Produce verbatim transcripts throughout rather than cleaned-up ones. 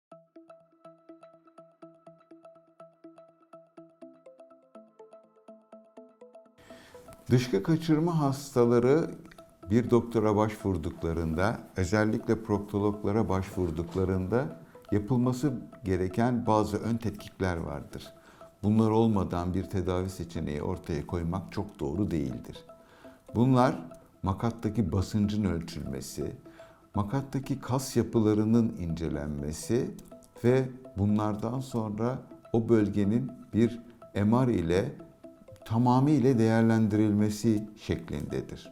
Dışkı kaçırma hastaları bir doktora başvurduklarında, özellikle proktologlara başvurduklarında yapılması gereken bazı ön tetkikler vardır. Bunlar olmadan bir tedavi seçeneği ortaya koymak çok doğru değildir. Bunlar makattaki basıncın ölçülmesi, makattaki kas yapılarının incelenmesi ve bunlardan sonra o bölgenin bir M R ile tamamıyla değerlendirilmesi şeklindedir.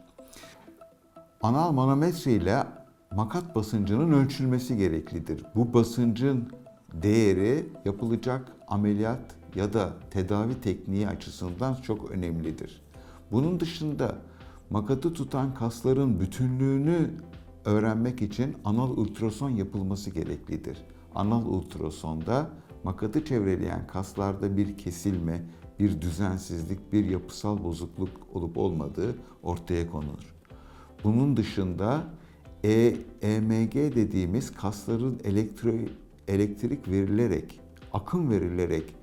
Anal manometre ile makat basıncının ölçülmesi gereklidir. Bu basıncın değeri yapılacak ameliyat ya da tedavi tekniği açısından çok önemlidir. Bunun dışında makatı tutan kasların bütünlüğünü öğrenmek için anal ultrason yapılması gereklidir. Anal ultrasonda makatı çevreleyen kaslarda bir kesilme, bir düzensizlik, bir yapısal bozukluk olup olmadığı ortaya konulur. Bunun dışında E M G dediğimiz kasların elektro, elektrik verilerek, akım verilerek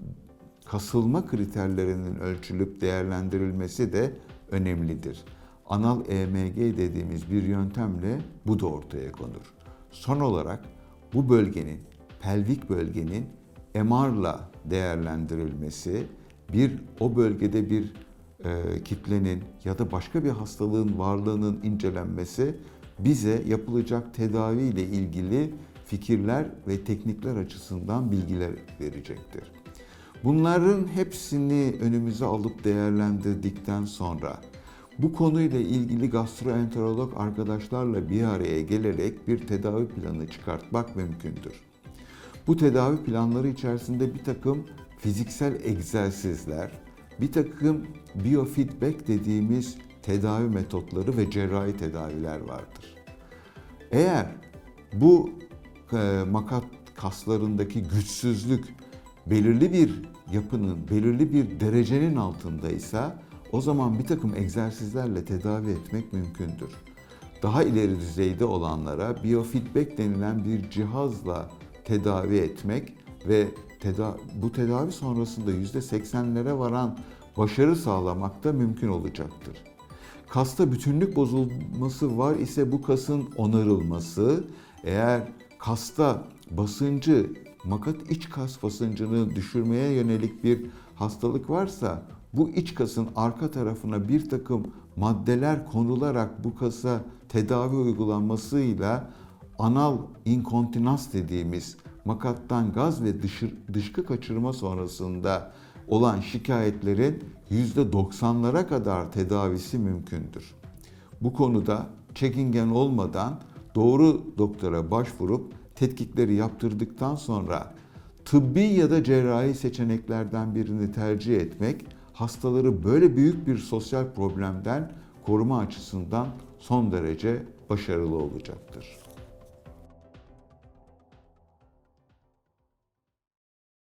kasılma kriterlerinin ölçülüp değerlendirilmesi de önemlidir. Anal E M G dediğimiz bir yöntemle bu da ortaya konur. Son olarak bu bölgenin, pelvik bölgenin M R'la değerlendirilmesi, bir o bölgede bir e, kitlenin ya da başka bir hastalığın varlığının incelenmesi bize yapılacak tedavi ile ilgili fikirler ve teknikler açısından bilgiler verecektir. Bunların hepsini önümüze alıp değerlendirdikten sonra bu konuyla ilgili gastroenterolog arkadaşlarla bir araya gelerek bir tedavi planı çıkartmak mümkündür. Bu tedavi planları içerisinde bir takım fiziksel egzersizler, bir takım biofeedback dediğimiz tedavi metotları ve cerrahi tedaviler vardır. Eğer bu e, makat kaslarındaki güçsüzlük belirli bir yapının, belirli bir derecenin altındaysa o zaman bir takım egzersizlerle tedavi etmek mümkündür. Daha ileri düzeyde olanlara biofeedback denilen bir cihazla tedavi etmek ve teda- bu tedavi sonrasında yüzde seksenlere varan başarı sağlamak da mümkün olacaktır. Kasta bütünlük bozulması var ise bu kasın onarılması, eğer kasta basıncı, makat iç kas basıncını düşürmeye yönelik bir hastalık varsa bu iç kasın arka tarafına bir takım maddeler konularak bu kasa tedavi uygulanmasıyla anal inkontinans dediğimiz makattan gaz ve dışkı kaçırma sonrasında olan şikayetlerin yüzde doksanlara kadar tedavisi mümkündür. Bu konuda çekingen olmadan doğru doktora başvurup tetkikleri yaptırdıktan sonra tıbbi ya da cerrahi seçeneklerden birini tercih etmek hastaları böyle büyük bir sosyal problemden koruma açısından son derece başarılı olacaktır.